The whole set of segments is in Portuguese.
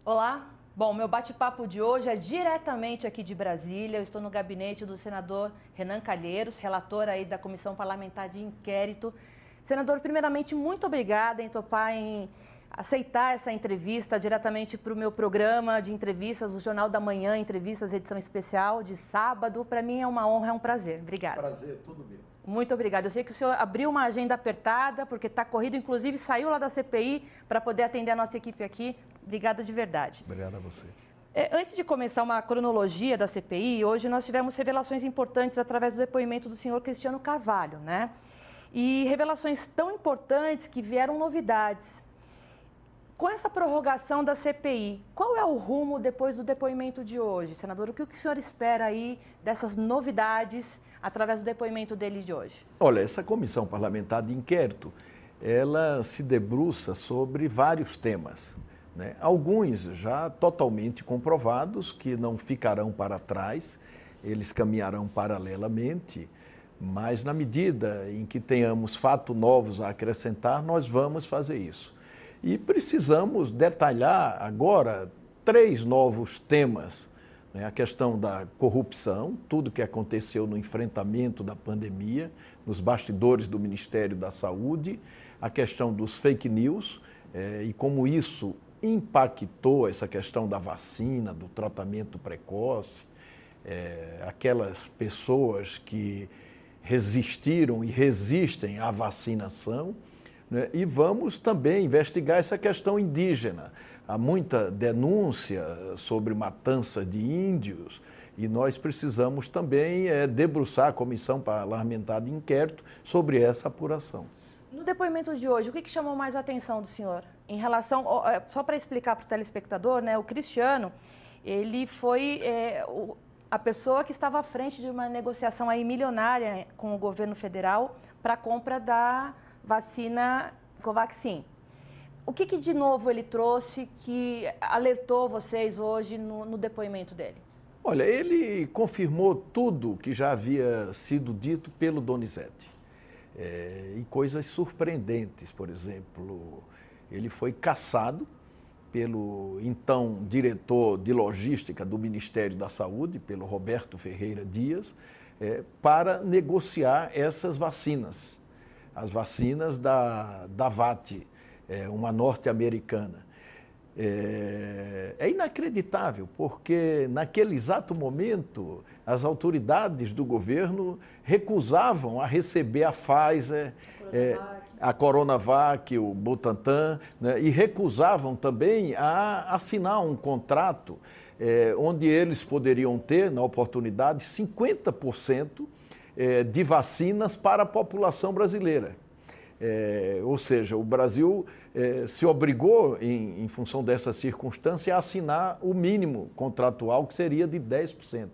Olá, bom, meu bate-papo de hoje é diretamente aqui de Brasília. Eu estou no gabinete do senador Renan Calheiros, relator aí da Comissão Parlamentar de Inquérito. Senador, primeiramente, muito obrigada em topar em aceitar essa entrevista diretamente para o meu programa de entrevistas, o Jornal da Manhã, Entrevistas, edição especial de sábado. Para mim é uma honra, é um prazer. Obrigada. Prazer, tudo meu. Muito obrigada. Eu sei que o senhor abriu uma agenda apertada, porque está corrido, inclusive saiu lá da CPI para poder atender a nossa equipe aqui. Obrigada de verdade. Obrigado a você. Antes de começar uma cronologia da CPI, hoje nós tivemos revelações importantes através do depoimento do senhor Cristiano Carvalho, né? E revelações tão importantes que vieram novidades. Com essa prorrogação da CPI, qual é o rumo depois do depoimento de hoje, senador? O que o senhor espera aí dessas novidades através do depoimento dele de hoje? Olha, essa comissão parlamentar de inquérito, ela se debruça sobre vários temas, né? Alguns já totalmente comprovados, que não ficarão para trás, eles caminharão paralelamente, mas na medida em que tenhamos fatos novos a acrescentar, nós vamos fazer isso. E precisamos detalhar agora 3 novos temas, né? A questão da corrupção, tudo que aconteceu no enfrentamento da pandemia, nos bastidores do Ministério da Saúde, a questão dos fake news e como isso impactou essa questão da vacina, do tratamento precoce, aquelas pessoas que resistiram e resistem à vacinação, né? E vamos também investigar essa questão indígena. Há muita denúncia sobre matança de índios e nós precisamos também debruçar a Comissão Parlamentar de Inquérito sobre essa apuração. No depoimento de hoje, o que chamou mais a atenção do senhor? Em relação, só para explicar para o telespectador, né, o Cristiano, ele foi a pessoa que estava à frente de uma negociação aí milionária com o governo federal para a compra da vacina Covaxin. O que de novo ele trouxe que alertou vocês hoje no depoimento dele? Olha, ele confirmou tudo que já havia sido dito pelo Donizete. E coisas surpreendentes, por exemplo, ele foi cassado pelo então diretor de logística do Ministério da Saúde, pelo Roberto Ferreira Dias, para negociar essas vacinas. As vacinas da VAT, uma norte-americana. É inacreditável, porque naquele exato momento as autoridades do governo recusavam a receber a Pfizer, a Coronavac, o Butantan, né, e recusavam também a assinar um contrato onde eles poderiam ter, na oportunidade, 50% de vacinas para a população brasileira. Ou seja, o Brasil se obrigou, em função dessa circunstância, a assinar o mínimo contratual, que seria de 10%.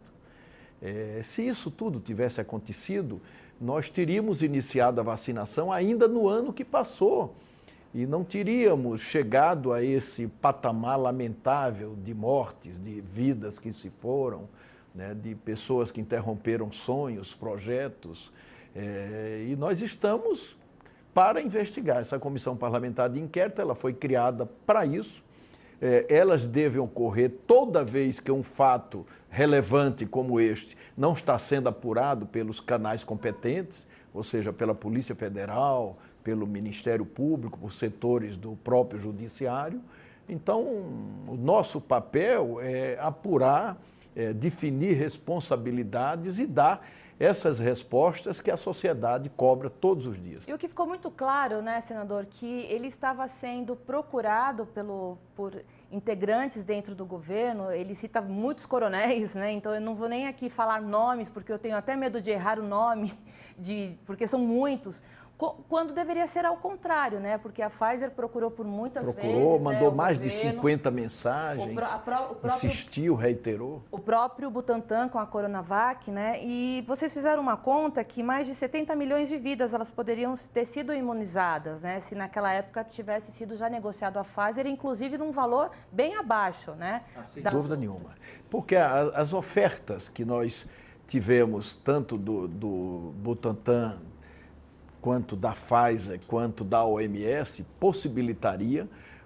Se isso tudo tivesse acontecido, nós teríamos iniciado a vacinação ainda no ano que passou e não teríamos chegado a esse patamar lamentável de mortes, de vidas que se foram, né, de pessoas que interromperam sonhos, projetos, e nós estamos para investigar. Essa comissão parlamentar de inquérito, ela foi criada para isso. Elas devem ocorrer toda vez que um fato relevante como este não está sendo apurado pelos canais competentes, ou seja, pela Polícia Federal, pelo Ministério Público, por setores do próprio Judiciário. Então, o nosso papel é apurar, definir responsabilidades e dar essas respostas que a sociedade cobra todos os dias. E o que ficou muito claro, né, senador, que ele estava sendo procurado por integrantes dentro do governo, ele cita muitos coronéis, né, então eu não vou nem aqui falar nomes, porque eu tenho até medo de errar o nome, porque são muitos, quando deveria ser ao contrário, né, porque a Pfizer procurou por muitas vezes. Mandou né, mais governo, de 50 mensagens, insistiu, reiterou. O próprio Butantan com a Coronavac, né, e vocês fizeram uma conta que mais de 70 milhões de vidas elas poderiam ter sido imunizadas, né, se naquela época tivesse sido já negociado a Pfizer, inclusive num valor bem abaixo, né? Sem dúvida nenhuma. Porque as ofertas que nós tivemos, tanto do Butantan, quanto da Pfizer, quanto da OMS, possibilitaria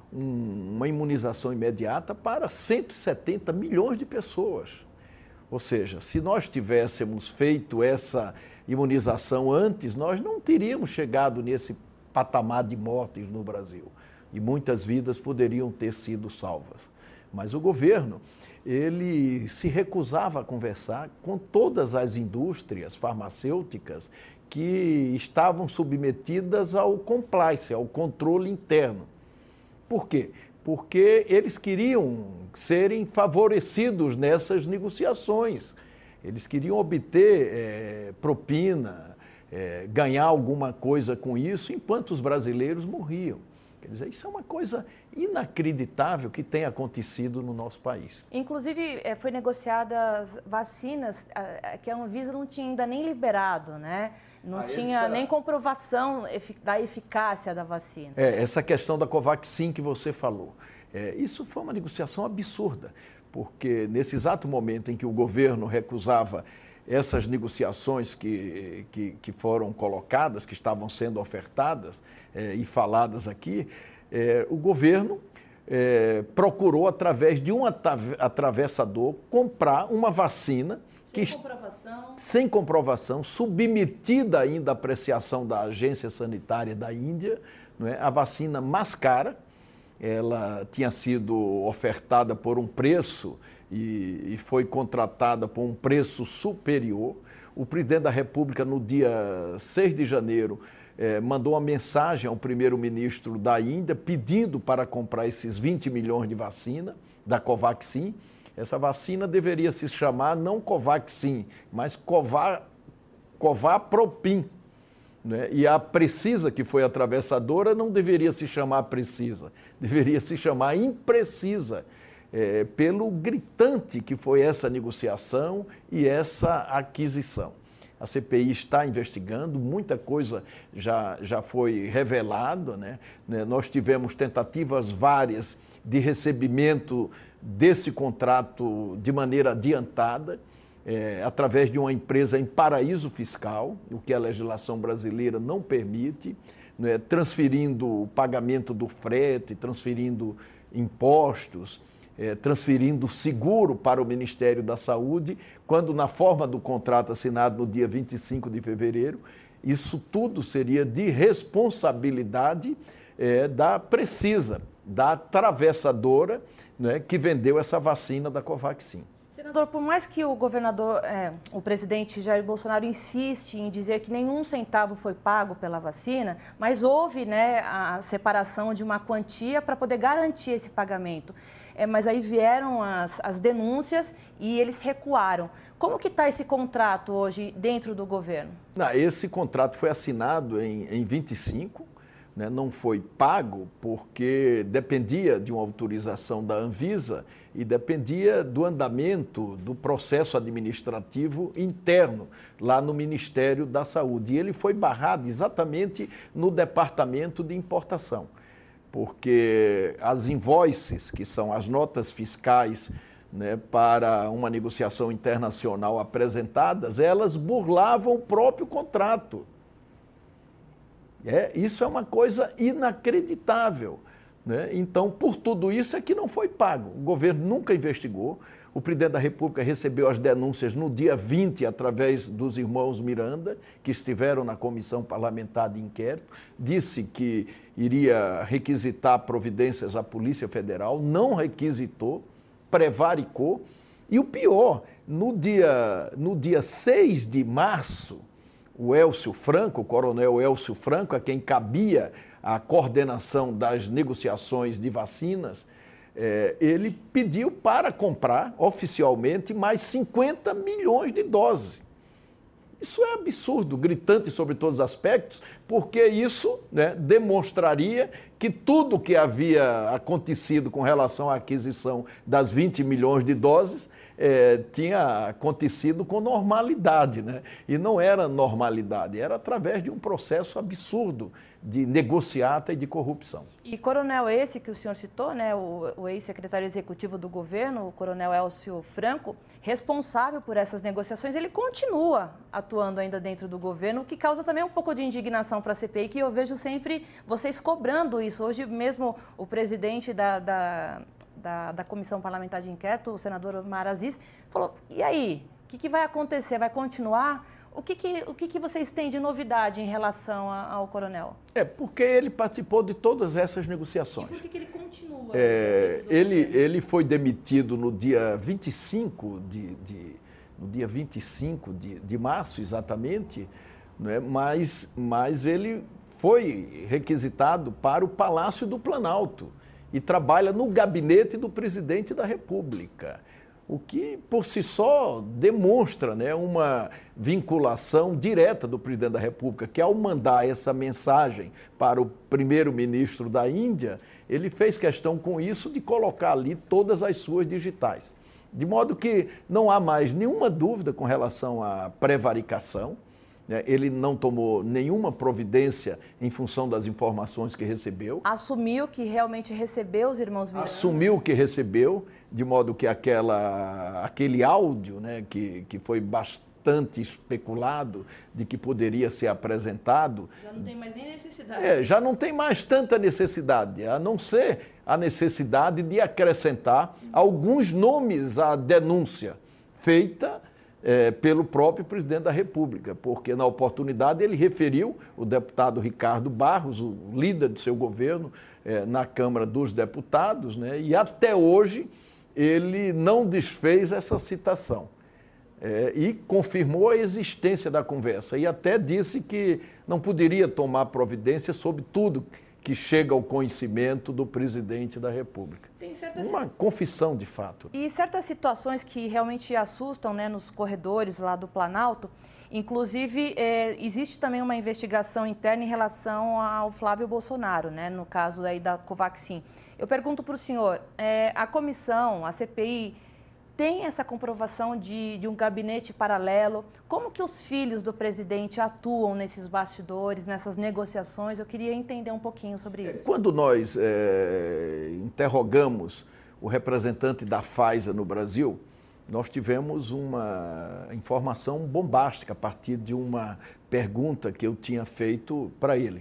uma imunização imediata para 170 milhões de pessoas. Ou seja, se nós tivéssemos feito essa imunização antes, nós não teríamos chegado nesse patamar de mortes no Brasil. E muitas vidas poderiam ter sido salvas. Mas o governo, ele se recusava a conversar com todas as indústrias farmacêuticas que estavam submetidas ao compliance, ao controle interno. Por quê? Porque eles queriam serem favorecidos nessas negociações. Eles queriam obter propina, ganhar alguma coisa com isso, enquanto os brasileiros morriam. Quer dizer, isso é uma coisa inacreditável que tem acontecido no nosso país. Inclusive, foi negociadas vacinas que a Anvisa não tinha ainda nem liberado, né? Não tinha nem comprovação da eficácia da vacina. Essa questão da Covaxin que você falou. Isso foi uma negociação absurda, porque nesse exato momento em que o governo recusava essas negociações que foram colocadas, que estavam sendo ofertadas e faladas aqui, o governo procurou, através de um atravessador, comprar uma vacina sem comprovação, submetida ainda à apreciação da Agência Sanitária da Índia, não é? A vacina mais cara. Ela tinha sido ofertada por um preço e foi contratada por um preço superior. O presidente da República, no dia 6 de janeiro, mandou uma mensagem ao primeiro-ministro da Índia pedindo para comprar esses 20 milhões de vacina da Covaxin. Essa vacina deveria se chamar não Covaxin, mas Covapropin. Né? E a Precisa, que foi a atravessadora, não deveria se chamar Precisa, deveria se chamar Imprecisa, pelo gritante que foi essa negociação e essa aquisição. A CPI está investigando, muita coisa já foi revelada, né? Nós tivemos tentativas várias de recebimento desse contrato de maneira adiantada, através de uma empresa em paraíso fiscal, o que a legislação brasileira não permite, né, transferindo o pagamento do frete, transferindo impostos, transferindo seguro para o Ministério da Saúde, quando na forma do contrato assinado no dia 25 de fevereiro, isso tudo seria de responsabilidade da Precisa, da atravessadora, né, que vendeu essa vacina da Covaxin. Senador, por mais que o presidente Jair Bolsonaro insiste em dizer que nenhum centavo foi pago pela vacina, mas houve, né, a separação de uma quantia para poder garantir esse pagamento. Mas aí vieram as denúncias e eles recuaram. Como que está esse contrato hoje dentro do governo? Esse contrato foi assinado em 25, né, não foi pago porque dependia de uma autorização da Anvisa e dependia do andamento do processo administrativo interno lá no Ministério da Saúde. E ele foi barrado exatamente no Departamento de Importação, porque as invoices, que são as notas fiscais, né, para uma negociação internacional apresentadas, elas burlavam o próprio contrato. Isso é uma coisa inacreditável. Né? Então, por tudo isso é que não foi pago. O governo nunca investigou. O presidente da República recebeu as denúncias no dia 20, através dos irmãos Miranda, que estiveram na comissão parlamentar de inquérito, disse que iria requisitar providências à Polícia Federal, não requisitou, prevaricou. E o pior, no dia 6 de março, o Elcio Franco, o coronel Elcio Franco, a quem cabia a coordenação das negociações de vacinas, ele pediu para comprar oficialmente mais 50 milhões de doses. Isso é absurdo, gritante sobre todos os aspectos, porque isso, né, demonstraria que tudo que havia acontecido com relação à aquisição das 20 milhões de doses tinha acontecido com normalidade, né? E não era normalidade, era através de um processo absurdo de negociata e de corrupção. E coronel esse que o senhor citou, né, o ex-secretário executivo do governo, o coronel Elcio Franco, responsável por essas negociações, ele continua atuando ainda dentro do governo, o que causa também um pouco de indignação para a CPI, que eu vejo sempre vocês cobrando isso? Hoje mesmo o presidente da Comissão Parlamentar de Inquérito, o senador Omar Aziz, falou, e aí, o que vai acontecer? Vai continuar? O que vocês têm de novidade em relação ao coronel? Porque ele participou de todas essas negociações. E por que ele continua? Ele foi demitido no dia 25 de março, exatamente, né? Mas ele foi requisitado para o Palácio do Planalto e trabalha no gabinete do presidente da República, o que por si só demonstra, né, uma vinculação direta do presidente da República, que ao mandar essa mensagem para o primeiro-ministro da Índia, ele fez questão com isso de colocar ali todas as suas digitais. De modo que não há mais nenhuma dúvida com relação à prevaricação. Ele não tomou nenhuma providência em função das informações que recebeu. Assumiu que realmente recebeu os irmãos Miranda? Assumiu que recebeu, de modo que aquele áudio, né, que foi bastante especulado de que poderia ser apresentado... Já não tem mais nem necessidade. Já não tem mais tanta necessidade, a não ser a necessidade de acrescentar alguns nomes à denúncia feita pelo próprio presidente da República, porque na oportunidade ele referiu o deputado Ricardo Barros, o líder do seu governo, na Câmara dos Deputados, né, e até hoje ele não desfez essa citação. E confirmou a existência da conversa e até disse que não poderia tomar providência sobre tudo que chega ao conhecimento do presidente da República. Uma confissão de fato. E certas situações que realmente assustam, né, nos corredores lá do Planalto, inclusive existe também uma investigação interna em relação ao Flávio Bolsonaro, né, no caso aí da Covaxin. Eu pergunto para o senhor, a comissão, a CPI, tem essa comprovação de um gabinete paralelo? Como que os filhos do presidente atuam nesses bastidores, nessas negociações? Eu queria entender um pouquinho sobre isso. Quando nós interrogamos o representante da Pfizer no Brasil, nós tivemos uma informação bombástica a partir de uma pergunta que eu tinha feito para ele,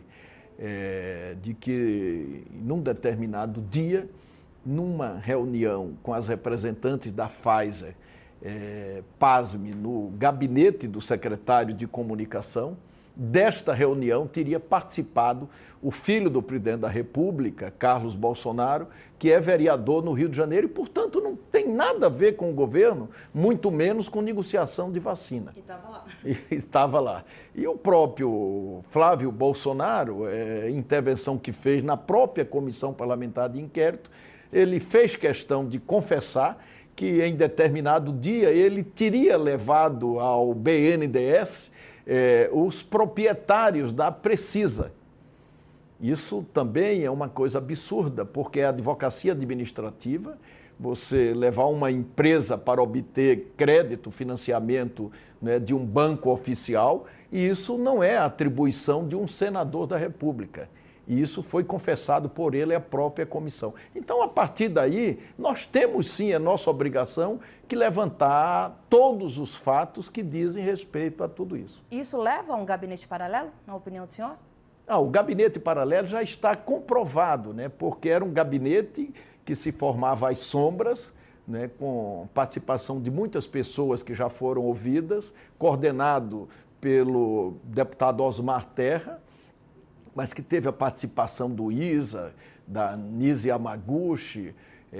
de que num determinado dia, numa reunião com as representantes da Pfizer, pasme, no gabinete do secretário de comunicação, desta reunião teria participado o filho do presidente da República, Carlos Bolsonaro, que é vereador no Rio de Janeiro e, portanto, não tem nada a ver com o governo, muito menos com negociação de vacina. E estava lá. Estava lá. E o próprio Flávio Bolsonaro, intervenção que fez na própria Comissão Parlamentar de Inquérito, ele fez questão de confessar que em determinado dia ele teria levado ao BNDES os proprietários da Precisa. Isso também é uma coisa absurda, porque a advocacia administrativa, você levar uma empresa para obter crédito, financiamento, né, de um banco oficial, e isso não é atribuição de um senador da República. E isso foi confessado por ele à própria comissão. Então, a partir daí, nós temos sim a nossa obrigação que levantar todos os fatos que dizem respeito a tudo isso. Isso leva a um gabinete paralelo, na opinião do senhor? O gabinete paralelo já está comprovado, né? Porque era um gabinete que se formava às sombras, né? Com participação de muitas pessoas que já foram ouvidas, coordenado pelo deputado Osmar Terra, mas que teve a participação do Isa, da Nise Yamaguchi,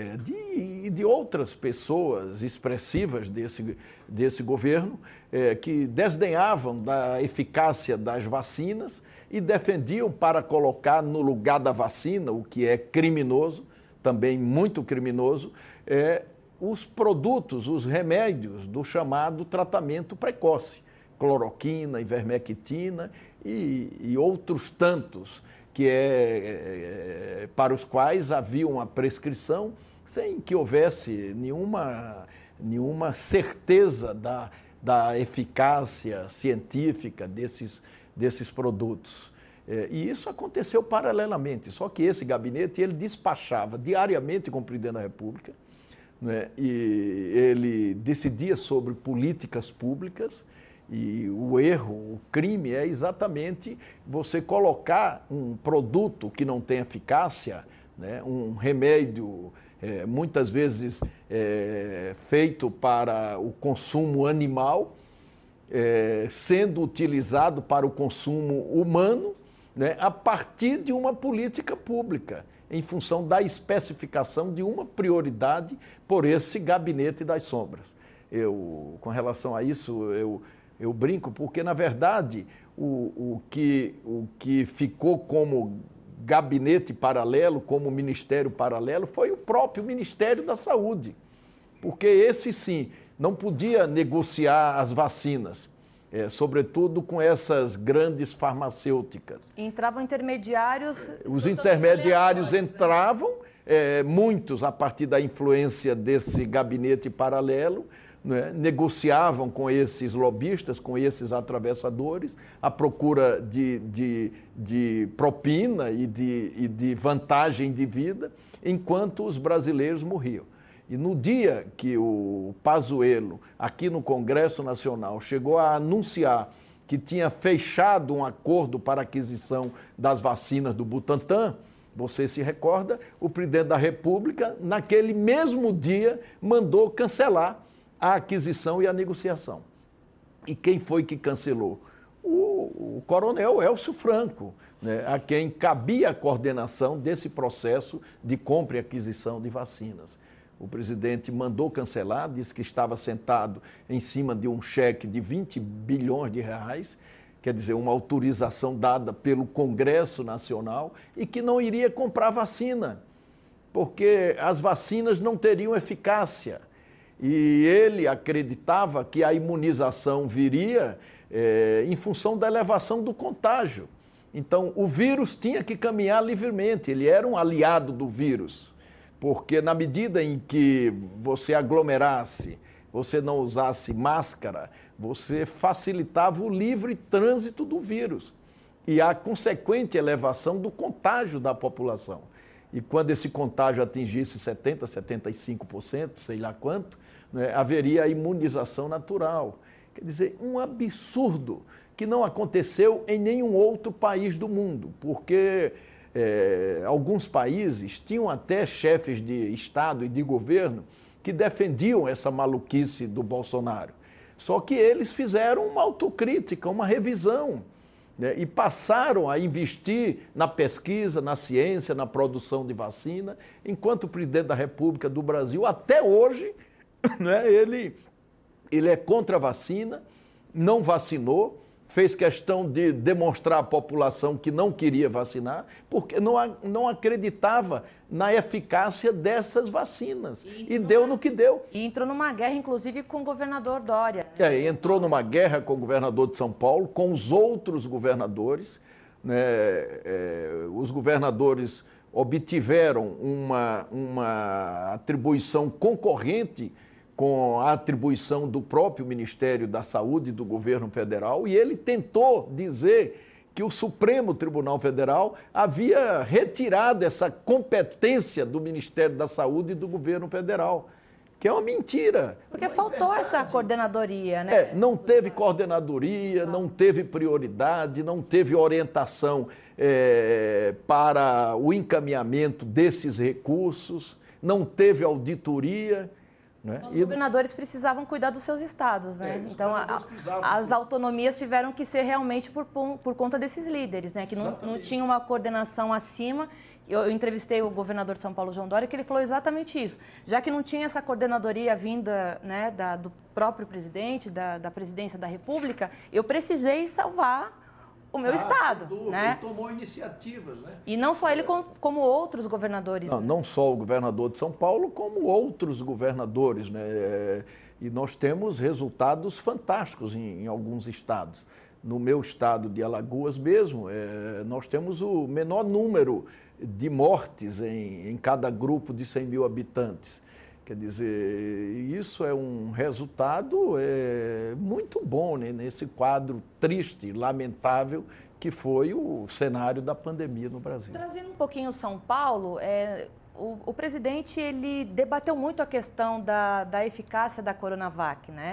de outras pessoas expressivas desse governo, que desdenhavam da eficácia das vacinas e defendiam para colocar no lugar da vacina, o que é criminoso, também muito criminoso, os produtos, os remédios do chamado tratamento precoce, cloroquina, ivermectina e outros tantos, que para os quais havia uma prescrição sem que houvesse nenhuma certeza da eficácia científica desses produtos. E isso aconteceu paralelamente, só que esse gabinete ele despachava diariamente com o presidente da República, né, e ele decidia sobre políticas públicas E o erro, o crime é exatamente você colocar um produto que não tem eficácia, né, um remédio muitas vezes feito para o consumo animal, sendo utilizado para o consumo humano, né, a partir de uma política pública, em função da especificação de uma prioridade por esse gabinete das sombras. Com relação a isso, eu brinco, porque, na verdade, o que ficou como gabinete paralelo, como ministério paralelo, foi o próprio Ministério da Saúde, porque esse, sim, não podia negociar as vacinas, sobretudo com essas grandes farmacêuticas. Entravam intermediários... Os intermediários entravam, muitos a partir da influência desse gabinete paralelo, né, negociavam com esses lobistas, com esses atravessadores, à procura de propina e de vantagem de vida, enquanto os brasileiros morriam. E no dia que o Pazuello, aqui no Congresso Nacional, chegou a anunciar que tinha fechado um acordo para a aquisição das vacinas do Butantan, você se recorda, o presidente da República, naquele mesmo dia, mandou cancelar a aquisição e a negociação. E quem foi que cancelou? O coronel Elcio Franco, né, a quem cabia a coordenação desse processo de compra e aquisição de vacinas. O presidente mandou cancelar, disse que estava sentado em cima de um cheque de 20 bilhões de reais, quer dizer, uma autorização dada pelo Congresso Nacional, e que não iria comprar vacina, porque as vacinas não teriam eficácia. E ele acreditava que a imunização viria em função da elevação do contágio. Então, o vírus tinha que caminhar livremente, ele era um aliado do vírus. Porque na medida em que você aglomerasse, você não usasse máscara, você facilitava o livre trânsito do vírus e a consequente elevação do contágio da população. E quando esse contágio atingisse 70%, 75%, sei lá quanto, né, haveria a imunização natural. Quer dizer, um absurdo que não aconteceu em nenhum outro país do mundo, porque... alguns países tinham até chefes de Estado e de governo que defendiam essa maluquice do Bolsonaro. Só que eles fizeram uma autocrítica, uma revisão, né, e passaram a investir na pesquisa, na ciência, na produção de vacina, enquanto o presidente da República do Brasil, até hoje, né, ele é contra a vacina, não vacinou, fez questão de demonstrar à população que não queria vacinar, porque não acreditava na eficácia dessas vacinas. E deu no que deu. E entrou numa guerra, inclusive, com o governador Dória. Entrou numa guerra com o governador de São Paulo, com os outros governadores, né? Os governadores obtiveram uma atribuição concorrente com a atribuição do próprio Ministério da Saúde e do governo federal, e ele tentou dizer que o Supremo Tribunal Federal havia retirado essa competência do Ministério da Saúde e do governo federal, que é uma mentira. Porque faltou essa coordenadoria, né? Não teve coordenadoria, não teve prioridade, não teve orientação para o encaminhamento desses recursos, não teve auditoria. Né? Os governadores precisavam cuidar dos seus estados, né? Então, as autonomias tiveram que ser realmente por conta desses líderes, né? Que não tinha uma coordenação acima. Eu entrevistei o governador de São Paulo, João Dória, que ele falou exatamente isso. Já que não tinha essa coordenadoria vinda, né, do próprio presidente, da presidência da República, eu precisei salvar o meu estado, né? Ele tomou iniciativas, né? E não só ele, como outros governadores. Não só o governador de São Paulo, como outros governadores, né? E nós temos resultados fantásticos em alguns estados. No meu estado de Alagoas mesmo, nós temos o menor número de mortes em cada grupo de 100 mil habitantes. Quer dizer, isso é um resultado muito bom, né, nesse quadro triste, lamentável, que foi o cenário da pandemia no Brasil. Trazendo um pouquinho São Paulo, o presidente ele debateu muito a questão da eficácia da Coronavac, né?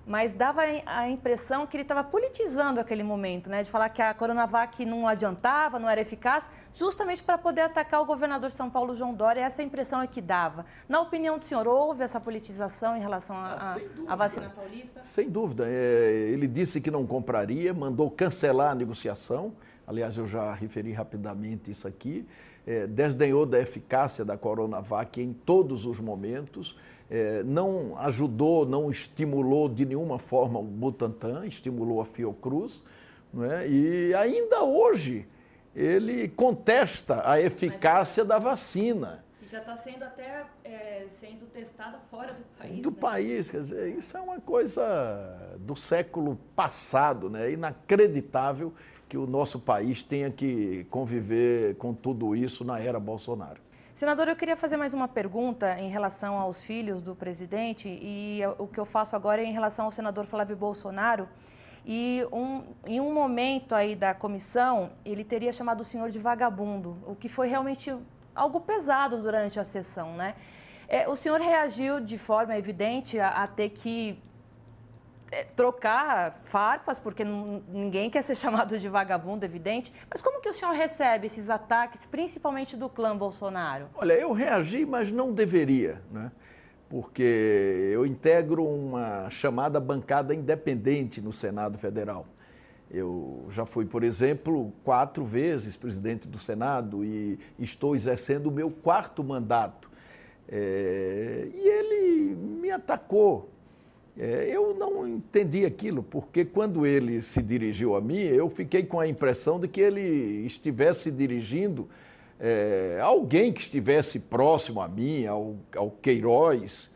mas dava a impressão que ele estava politizando aquele momento, né? De falar que a Coronavac não adiantava, não era eficaz, justamente para poder atacar o governador de São Paulo, João Dória. Essa impressão é que dava. Na opinião do senhor, houve essa politização em relação à vacina paulista? Sem dúvida. Ele disse que não compraria, mandou cancelar a negociação. Aliás, eu já referi rapidamente isso aqui. Desdenhou da eficácia da Coronavac em todos os momentos. Não ajudou, não estimulou de nenhuma forma o Butantan, estimulou a Fiocruz, não é? E ainda hoje ele contesta a eficácia da vacina. Que já está sendo até sendo testada fora do país. Do país, quer dizer, isso é uma coisa do século passado, né? Inacreditável que o nosso país tenha que conviver com tudo isso na era Bolsonaro. Senador, eu queria fazer mais uma pergunta em relação aos filhos do presidente e o que eu faço agora é em relação ao senador Flávio Bolsonaro. E em um momento aí da comissão, ele teria chamado o senhor de vagabundo, o que foi realmente algo pesado durante a sessão, né? O senhor reagiu de forma evidente a ter que trocar farpas, porque ninguém quer ser chamado de vagabundo, evidente. Mas como que o senhor recebe esses ataques, principalmente do clã Bolsonaro? Olha, eu reagi, mas não deveria, né? Porque eu integro uma chamada bancada independente no Senado Federal. Eu já fui, por exemplo, 4 vezes presidente do Senado e estou exercendo o meu 4º mandato. E ele me atacou. Eu não entendi aquilo, porque quando ele se dirigiu a mim, eu fiquei com a impressão de que ele estivesse dirigindo alguém que estivesse próximo a mim, ao Queiroz,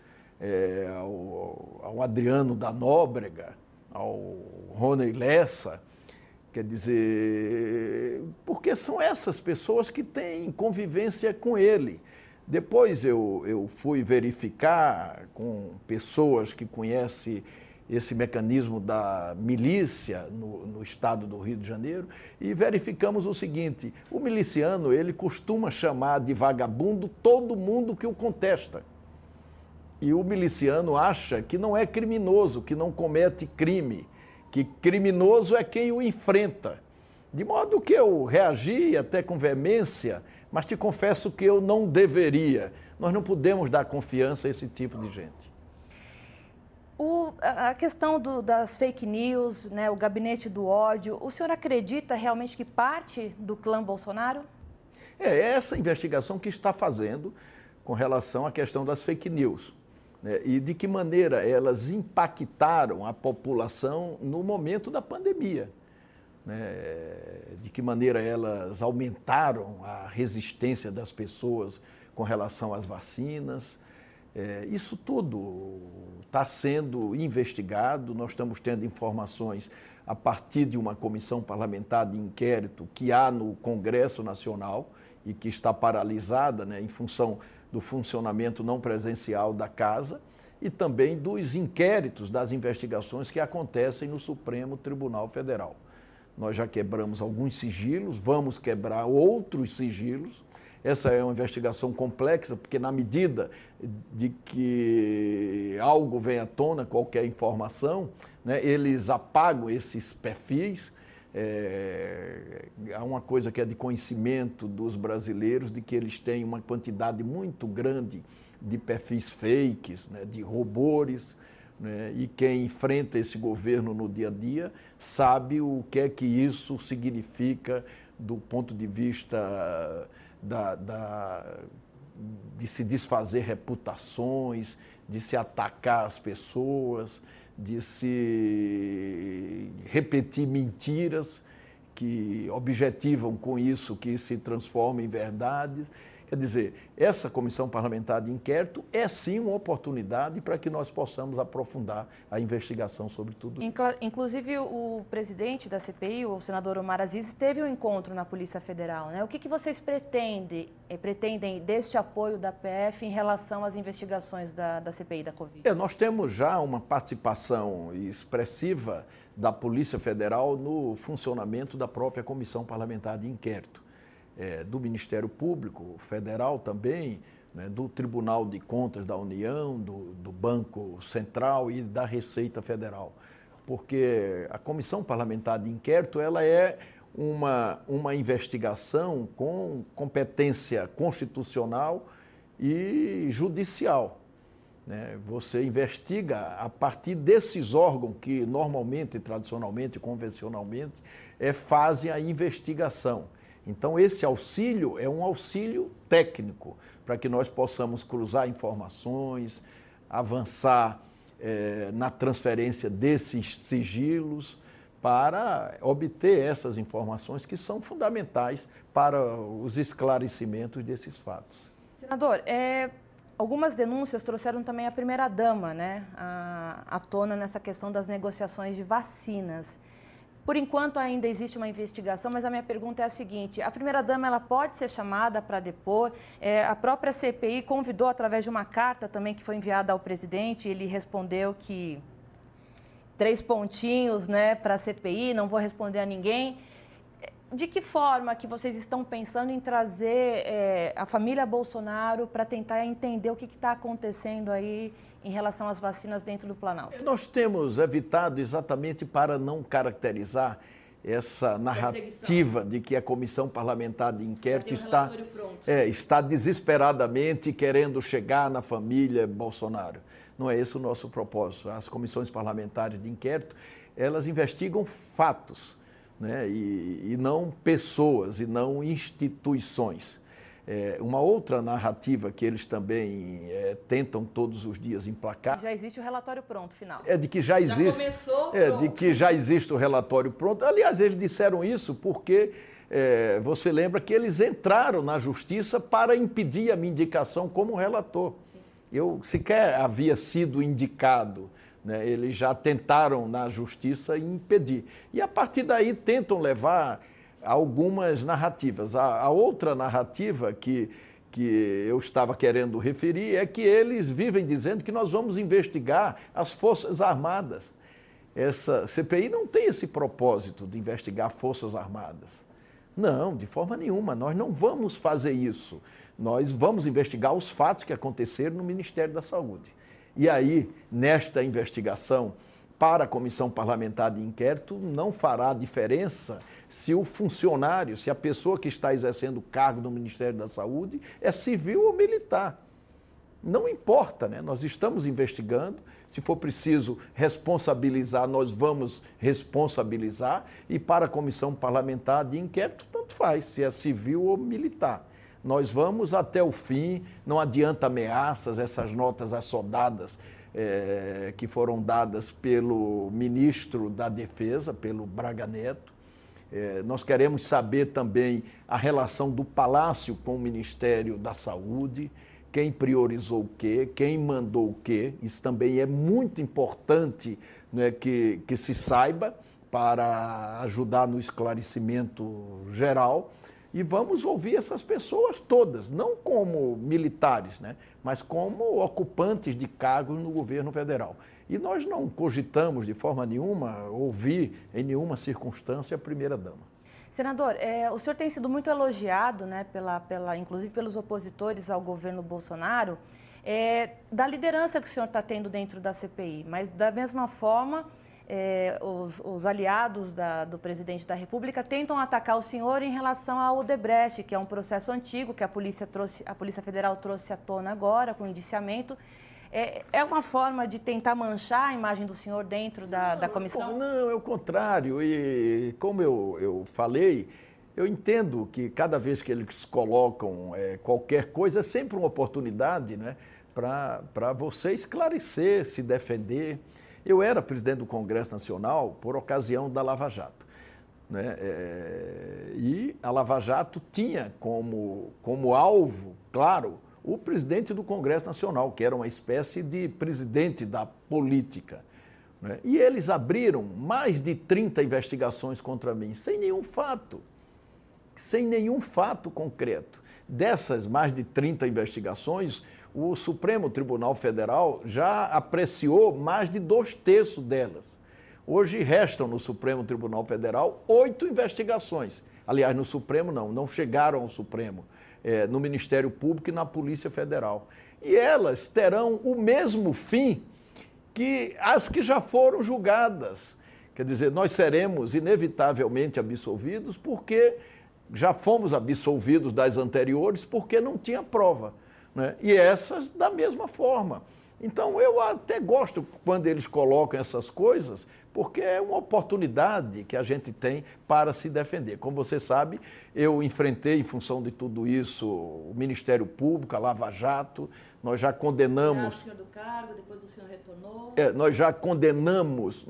ao Adriano da Nóbrega, ao Rony Lessa. Quer dizer, porque são essas pessoas que têm convivência com ele. Depois eu fui verificar com pessoas que conhecem esse mecanismo da milícia no estado do Rio de Janeiro e verificamos o seguinte: o miliciano, ele costuma chamar de vagabundo todo mundo que o contesta. E o miliciano acha que não é criminoso, que não comete crime, que criminoso é quem o enfrenta. De modo que eu reagi até com veemência, mas te confesso que eu não deveria. Nós não podemos dar confiança a esse tipo de gente. A questão das fake news, né, o gabinete do ódio, o senhor acredita realmente que parte do clã Bolsonaro? É essa investigação que está fazendo com relação à questão das fake news, né, e de que maneira elas impactaram a população no momento da pandemia. De que maneira elas aumentaram a resistência das pessoas com relação às vacinas. Isso tudo está sendo investigado, nós estamos tendo informações a partir de uma comissão parlamentar de inquérito que há no Congresso Nacional e que está paralisada, né, em função do funcionamento não presencial da Casa e também dos inquéritos, das investigações que acontecem no Supremo Tribunal Federal. Nós já quebramos alguns sigilos, vamos quebrar outros sigilos. Essa é uma investigação complexa, porque na medida de que algo vem à tona, qualquer informação, né, eles apagam esses perfis. Há uma coisa que é de conhecimento dos brasileiros, de que eles têm uma quantidade muito grande de perfis fakes, né, de robôs. Né? E quem enfrenta esse governo no dia a dia sabe o que é que isso significa do ponto de vista de se desfazer reputações, de se atacar as pessoas, de se repetir mentiras que objetivam com isso que se transformem em verdades. Quer dizer, essa comissão parlamentar de inquérito é sim uma oportunidade para que nós possamos aprofundar a investigação sobre tudo isso. Inclusive, o presidente da CPI, o senador Omar Aziz, teve um encontro na Polícia Federal, né? O que vocês pretendem deste apoio da PF em relação às investigações da CPI da Covid? Nós temos já uma participação expressiva da Polícia Federal no funcionamento da própria comissão parlamentar de inquérito. Do Ministério Público Federal também, né, do Tribunal de Contas da União, do Banco Central e da Receita Federal. Porque a Comissão Parlamentar de Inquérito ela é uma investigação com competência constitucional e judicial, né? Você investiga a partir desses órgãos que normalmente, tradicionalmente, convencionalmente, fazem a investigação. Então, esse auxílio é um auxílio técnico para que nós possamos cruzar informações, avançar na transferência desses sigilos para obter essas informações que são fundamentais para os esclarecimentos desses fatos. Senador, algumas denúncias trouxeram também a primeira-dama, né, à tona nessa questão das negociações de vacinas. Por enquanto ainda existe uma investigação, mas a minha pergunta é a seguinte: a primeira-dama ela pode ser chamada para depor? A própria CPI convidou através de uma carta também que foi enviada ao presidente, ele respondeu que 3 pontinhos, né, para a CPI, não vou responder a ninguém. De que forma que vocês estão pensando em trazer a família Bolsonaro para tentar entender o que está acontecendo aí em relação às vacinas dentro do Planalto? Nós temos evitado exatamente para não caracterizar essa narrativa de que a Comissão Parlamentar de Inquérito está desesperadamente querendo chegar na família Bolsonaro. Não é esse o nosso propósito. As comissões parlamentares de inquérito, elas investigam fatos, né? E não pessoas, e não instituições. Uma outra narrativa que eles também tentam todos os dias emplacar... Já existe o relatório pronto, final. De que já existe. Já começou pronto. De que já existe o relatório pronto. Aliás, eles disseram isso porque você lembra que eles entraram na Justiça para impedir a minha indicação como relator. Eu sequer havia sido indicado, né? Eles já tentaram na Justiça impedir. E a partir daí tentam levar algumas narrativas. A outra narrativa que eu estava querendo referir é que eles vivem dizendo que nós vamos investigar as Forças Armadas. Essa CPI não tem esse propósito de investigar Forças Armadas. Não, de forma nenhuma, nós não vamos fazer isso. Nós vamos investigar os fatos que aconteceram no Ministério da Saúde. E aí, nesta investigação, para a Comissão Parlamentar de Inquérito, não fará diferença se o funcionário, se a pessoa que está exercendo o cargo no Ministério da Saúde é civil ou militar. Não importa, né? Nós estamos investigando, se for preciso responsabilizar, nós vamos responsabilizar, e para a Comissão Parlamentar de Inquérito, tanto faz, se é civil ou militar. Nós vamos até o fim, não adianta ameaças, essas notas assodadas que foram dadas pelo ministro da Defesa, pelo Braga Neto. Nós queremos saber também a relação do Palácio com o Ministério da Saúde, quem priorizou o quê, quem mandou o quê. Isso também é muito importante, né, que se saiba para ajudar no esclarecimento geral. E vamos ouvir essas pessoas todas, não como militares, né, mas como ocupantes de cargos no governo federal. E nós não cogitamos de forma nenhuma ouvir em nenhuma circunstância a primeira-dama. Senador, o senhor tem sido muito elogiado, né, inclusive pelos opositores ao governo Bolsonaro, da liderança que o senhor está tendo dentro da CPI, mas da mesma forma... os aliados do presidente da República tentam atacar o senhor em relação ao Odebrecht, que é um processo antigo que a Polícia Federal trouxe à tona agora, com indiciamento. É uma forma de tentar manchar a imagem do senhor dentro da comissão? Não, é o contrário. E como eu falei, eu entendo que cada vez que eles colocam qualquer coisa, é sempre uma oportunidade, né, para você esclarecer, se defender. Eu era presidente do Congresso Nacional por ocasião da Lava Jato, né? E a Lava Jato tinha como alvo, claro, o presidente do Congresso Nacional, que era uma espécie de presidente da política, né? E eles abriram mais de 30 investigações contra mim, sem nenhum fato concreto. Dessas mais de 30 investigações, o Supremo Tribunal Federal já apreciou mais de 2/3 delas. Hoje restam no Supremo Tribunal Federal 8 investigações. Aliás, no Supremo não chegaram ao Supremo, no Ministério Público e na Polícia Federal. E elas terão o mesmo fim que as que já foram julgadas. Quer dizer, nós seremos inevitavelmente absolvidos porque já fomos absolvidos das anteriores porque não tinha prova, né? E essas da mesma forma. Então, eu até gosto quando eles colocam essas coisas, porque é uma oportunidade que a gente tem para se defender. Como você sabe, eu enfrentei, em função de tudo isso, o Ministério Público, a Lava Jato, nós já condenamos... O senhor do cargo, depois o senhor retornou... Nós já condenamos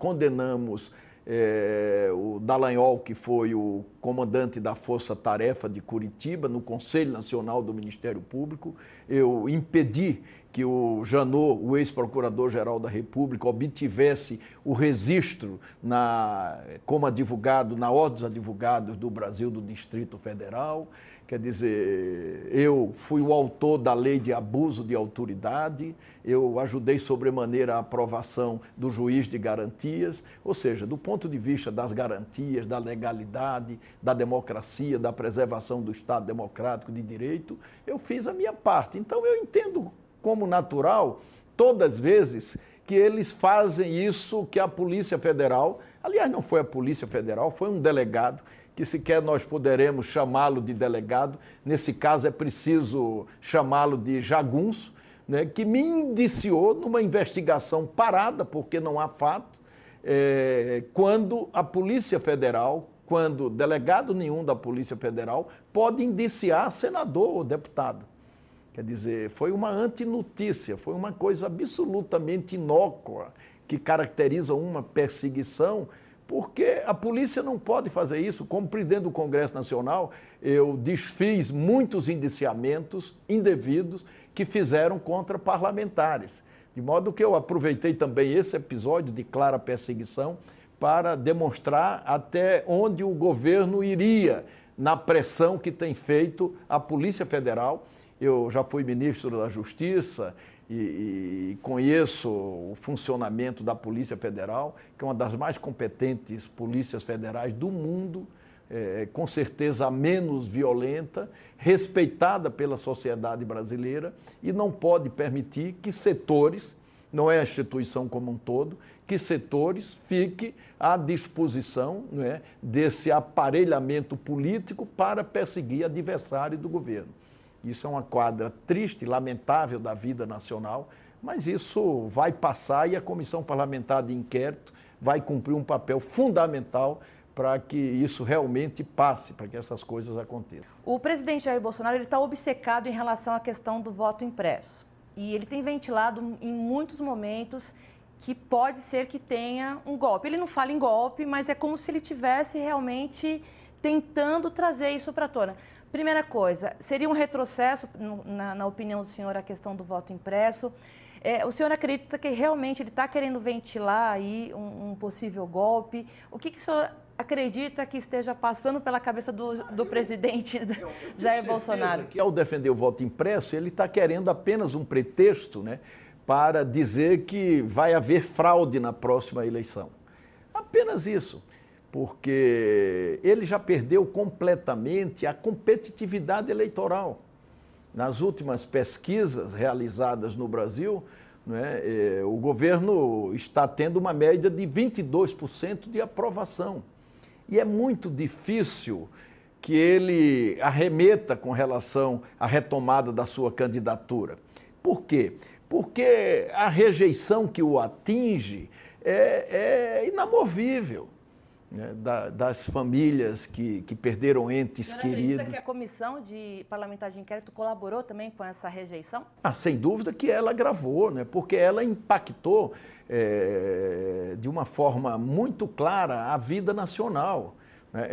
o Dallagnol, que foi o comandante da Força Tarefa de Curitiba, no Conselho Nacional do Ministério Público. Eu impedi que o Janot, o ex-procurador-geral da República, obtivesse o registro como advogado na Ordem dos Advogados do Brasil, do Distrito Federal. Quer dizer, eu fui o autor da lei de abuso de autoridade, eu ajudei sobremaneira a aprovação do juiz de garantias, ou seja, do ponto de vista das garantias, da legalidade, da democracia, da preservação do Estado democrático de direito, eu fiz a minha parte. Então, eu entendo como natural, todas as vezes que eles fazem isso que a Polícia Federal, aliás, não foi a Polícia Federal, foi um delegado, que sequer nós poderemos chamá-lo de delegado, nesse caso é preciso chamá-lo de jagunço, né, que me indiciou numa investigação parada, porque não há fato, quando a Polícia Federal, quando delegado nenhum da Polícia Federal pode indiciar senador ou deputado. Quer dizer, foi uma antinotícia, foi uma coisa absolutamente inócua que caracteriza uma perseguição, porque a polícia não pode fazer isso. Como presidente do Congresso Nacional, eu desfiz muitos indiciamentos indevidos que fizeram contra parlamentares. De modo que eu aproveitei também esse episódio de clara perseguição para demonstrar até onde o governo iria na pressão que tem feito a Polícia Federal. Eu já fui ministro da Justiça e conheço o funcionamento da Polícia Federal, que é uma das mais competentes polícias federais do mundo, com certeza a menos violenta, respeitada pela sociedade brasileira, e não pode permitir que setores, não é a instituição como um todo, que setores fiquem à disposição, não é, desse aparelhamento político para perseguir adversário do governo. Isso é uma quadra triste, lamentável da vida nacional, mas isso vai passar e a Comissão Parlamentar de Inquérito vai cumprir um papel fundamental para que isso realmente passe, para que essas coisas aconteçam. O presidente Jair Bolsonaro está obcecado em relação à questão do voto impresso. E ele tem ventilado em muitos momentos que pode ser que tenha um golpe. Ele não fala em golpe, mas é como se ele estivesse realmente tentando trazer isso para a tona. Primeira coisa, seria um retrocesso, na opinião do senhor, a questão do voto impresso? O senhor acredita que realmente ele está querendo ventilar aí um possível golpe? O que o senhor acredita que esteja passando pela cabeça do presidente Jair Bolsonaro? Que ao defender o voto impresso, ele está querendo apenas um pretexto, né, para dizer que vai haver fraude na próxima eleição. Apenas isso. Porque ele já perdeu completamente a competitividade eleitoral. Nas últimas pesquisas realizadas no Brasil, né, o governo está tendo uma média de 22% de aprovação. E é muito difícil que ele arremeta com relação à retomada da sua candidatura. Por quê? Porque a rejeição que o atinge é inamovível. Né, das famílias que perderam entes queridos. Você acredita que a comissão parlamentar de inquérito colaborou também com essa rejeição? Sem dúvida que ela agravou, né, porque ela impactou de uma forma muito clara a vida nacional. Né,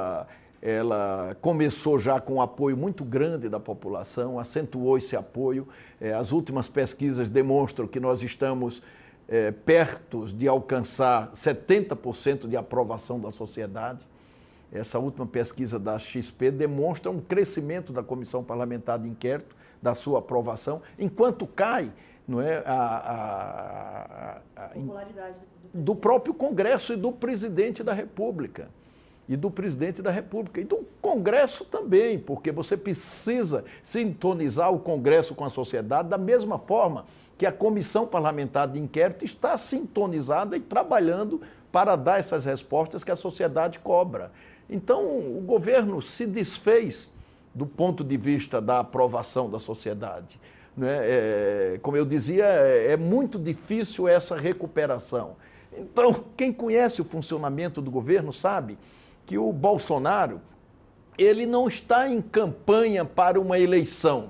ela começou já com um apoio muito grande da população, acentuou esse apoio. As últimas pesquisas demonstram que nós estamos perto de alcançar 70% de aprovação da sociedade. Essa última pesquisa da XP demonstra um crescimento da Comissão Parlamentar de Inquérito, da sua aprovação, enquanto cai, não é, a popularidade do próprio Congresso e do presidente da República. e do presidente da República e do Congresso também, porque você precisa sintonizar o Congresso com a sociedade da mesma forma que a Comissão Parlamentar de Inquérito está sintonizada e trabalhando para dar essas respostas que a sociedade cobra. Então, o governo se desfez do ponto de vista da aprovação da sociedade. Né? Como eu dizia, é muito difícil essa recuperação. Então, quem conhece o funcionamento do governo sabe que o Bolsonaro, ele não está em campanha para uma eleição.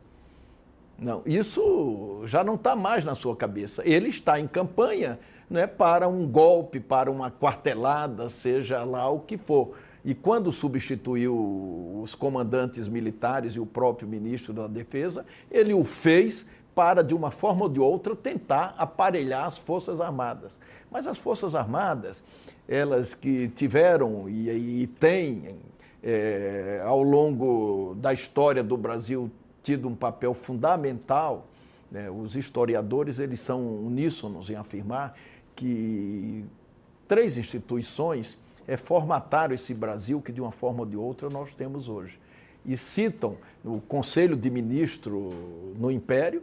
Não, isso já não está mais na sua cabeça. Ele está em campanha, né, para um golpe, para uma quartelada, seja lá o que for. E quando substituiu os comandantes militares e o próprio ministro da Defesa, ele o fez para, de uma forma ou de outra, tentar aparelhar as Forças Armadas. Mas as Forças Armadas, elas que tiveram e têm, ao longo da história do Brasil, tido um papel fundamental, né? Os historiadores, eles são uníssonos em afirmar que 3 instituições formataram esse Brasil que, de uma forma ou de outra, nós temos hoje. E citam o Conselho de Ministros no Império,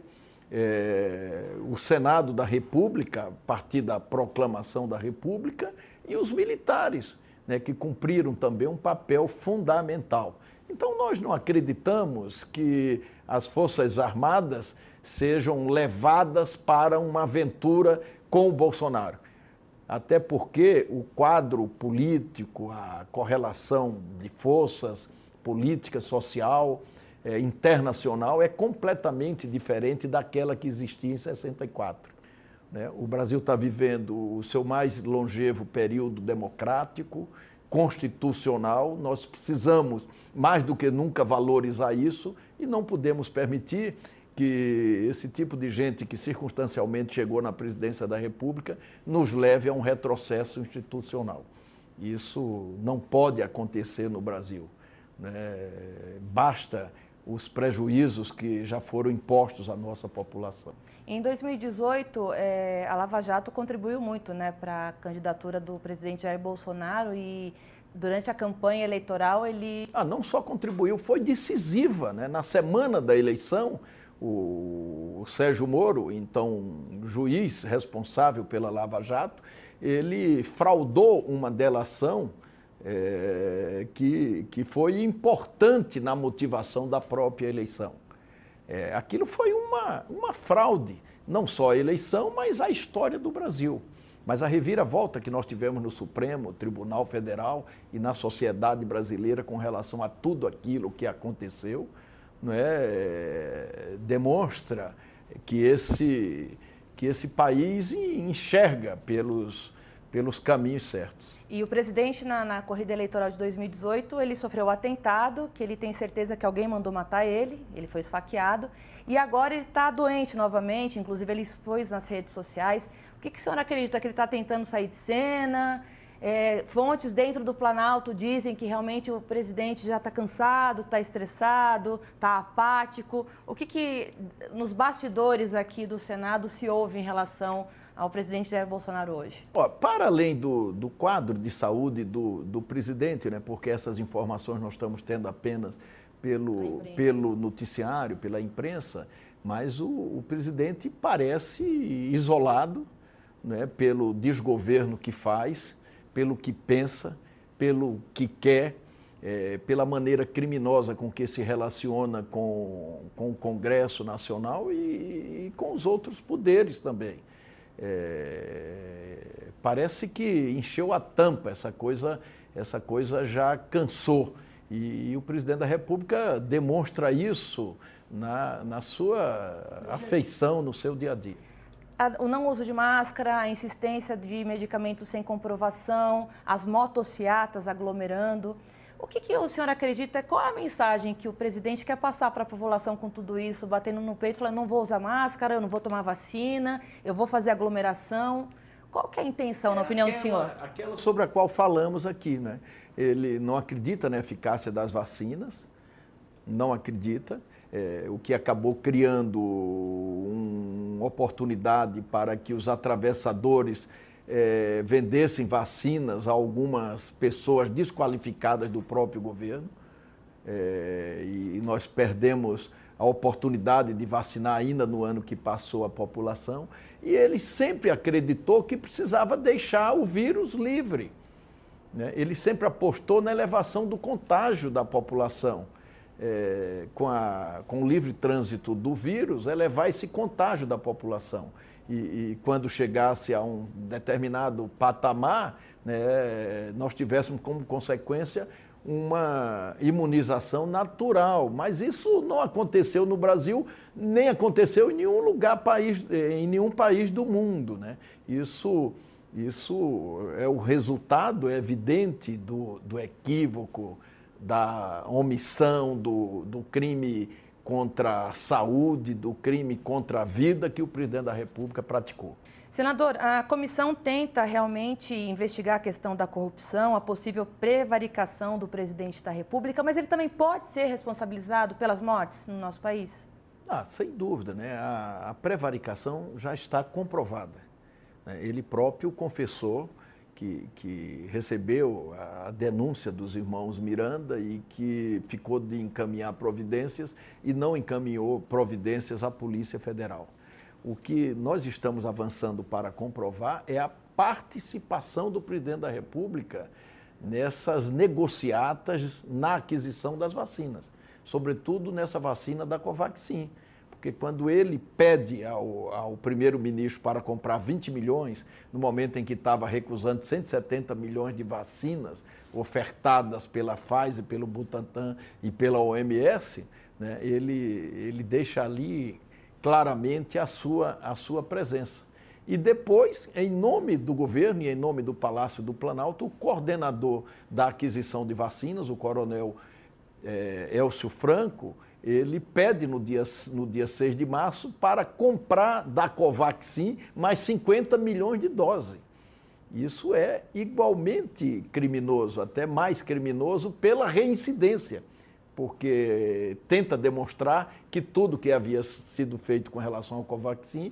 o Senado da República, a partir da proclamação da República, e os militares, né, que cumpriram também um papel fundamental. Então, nós não acreditamos que as Forças Armadas sejam levadas para uma aventura com o Bolsonaro. Até porque o quadro político, a correlação de forças, política, social, internacional, é completamente diferente daquela que existia em 64. Né? O Brasil está vivendo o seu mais longevo período democrático, constitucional. Nós precisamos, mais do que nunca, valorizar isso e não podemos permitir que esse tipo de gente que circunstancialmente chegou na presidência da República nos leve a um retrocesso institucional. Isso não pode acontecer no Brasil. Né? Basta os prejuízos que já foram impostos à nossa população. Em 2018, a Lava Jato contribuiu muito, né, para a candidatura do presidente Jair Bolsonaro e durante a campanha eleitoral ele... Não só contribuiu, foi decisiva. Né? Na semana da eleição, o Sérgio Moro, então juiz responsável pela Lava Jato, ele fraudou uma delação que foi importante na motivação da própria eleição. Aquilo foi uma fraude, não só a eleição, mas a história do Brasil. Mas a reviravolta que nós tivemos no Supremo Tribunal Federal e na sociedade brasileira com relação a tudo aquilo que aconteceu, demonstra que esse país enxerga pelos caminhos certos. E o presidente, na corrida eleitoral de 2018, ele sofreu um atentado, que ele tem certeza que alguém mandou matar ele foi esfaqueado, e agora ele está doente novamente, inclusive ele expôs nas redes sociais. O que o senhor acredita? Que ele está tentando sair de cena? Fontes dentro do Planalto dizem que realmente o presidente já está cansado, está estressado, está apático. O que nos bastidores aqui do Senado se ouve em relação ao presidente Jair Bolsonaro hoje? Para além do quadro de saúde do presidente, né, porque essas informações nós estamos tendo apenas pelo noticiário, pela imprensa, mas o presidente parece isolado, né, pelo desgoverno que faz, pelo que pensa, pelo que quer, pela maneira criminosa com que se relaciona com o Congresso Nacional e com os outros poderes também. Parece que encheu a tampa, essa coisa já cansou. E o presidente da República demonstra isso na sua afeição, no seu dia a dia. O não uso de máscara, a insistência de medicamentos sem comprovação, as motociatas aglomerando. O que o senhor acredita? Qual é a mensagem que o presidente quer passar para a população com tudo isso, batendo no peito, falando não vou usar máscara, eu não vou tomar vacina, eu vou fazer aglomeração? Qual que é a intenção, na opinião do senhor? Aquela sobre a qual falamos aqui, né? Ele não acredita na eficácia das vacinas, não acredita, o que acabou criando uma oportunidade para que os atravessadores vendessem vacinas a algumas pessoas desqualificadas do próprio governo. E nós perdemos a oportunidade de vacinar ainda no ano que passou a população. E ele sempre acreditou que precisava deixar o vírus livre, né? Ele sempre apostou na elevação do contágio da população. Com o livre trânsito do vírus, elevar esse contágio da população. E quando chegasse a um determinado patamar, né, nós tivéssemos como consequência uma imunização natural. Mas isso não aconteceu no Brasil, nem aconteceu em nenhum país do mundo, né? Isso é o resultado evidente do equívoco, da omissão, do crime contra a saúde, do crime contra a vida que o presidente da República praticou. Senador, a comissão tenta realmente investigar a questão da corrupção, a possível prevaricação do presidente da República, mas ele também pode ser responsabilizado pelas mortes no nosso país? Sem dúvida, né? A prevaricação já está comprovada. Ele próprio confessou que recebeu a denúncia dos irmãos Miranda e que ficou de encaminhar providências e não encaminhou providências à Polícia Federal. O que nós estamos avançando para comprovar é a participação do presidente da República nessas negociatas na aquisição das vacinas, sobretudo nessa vacina da Covaxin. Porque quando ele pede ao primeiro-ministro para comprar 20 milhões, no momento em que estava recusando 170 milhões de vacinas ofertadas pela Pfizer, pelo Butantan e pela OMS, né, ele deixa ali claramente a sua presença. E depois, em nome do governo e em nome do Palácio do Planalto, o coordenador da aquisição de vacinas, o coronel Elcio Franco, ele pede no dia 6 de março para comprar da Covaxin mais 50 milhões de doses. Isso é igualmente criminoso, até mais criminoso pela reincidência, porque tenta demonstrar que tudo que havia sido feito com relação ao Covaxin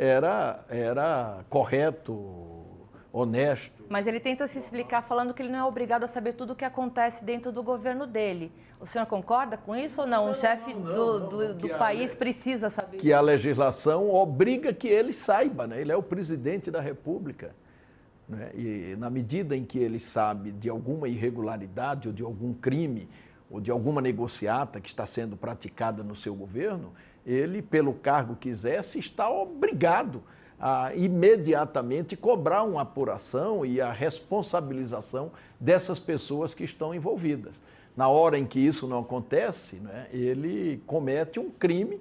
era correto, honesto. Mas ele tenta se explicar falando que ele não é obrigado a saber tudo o que acontece dentro do governo dele. O senhor concorda com isso ou não? O chefe do país precisa saber. Que a legislação obriga que ele saiba, né? Ele é o presidente da República, né? E na medida em que ele sabe de alguma irregularidade ou de algum crime ou de alguma negociata que está sendo praticada no seu governo, ele, pelo cargo que exerce, está obrigado a imediatamente cobrar uma apuração e a responsabilização dessas pessoas que estão envolvidas. Na hora em que isso não acontece, né, ele comete um crime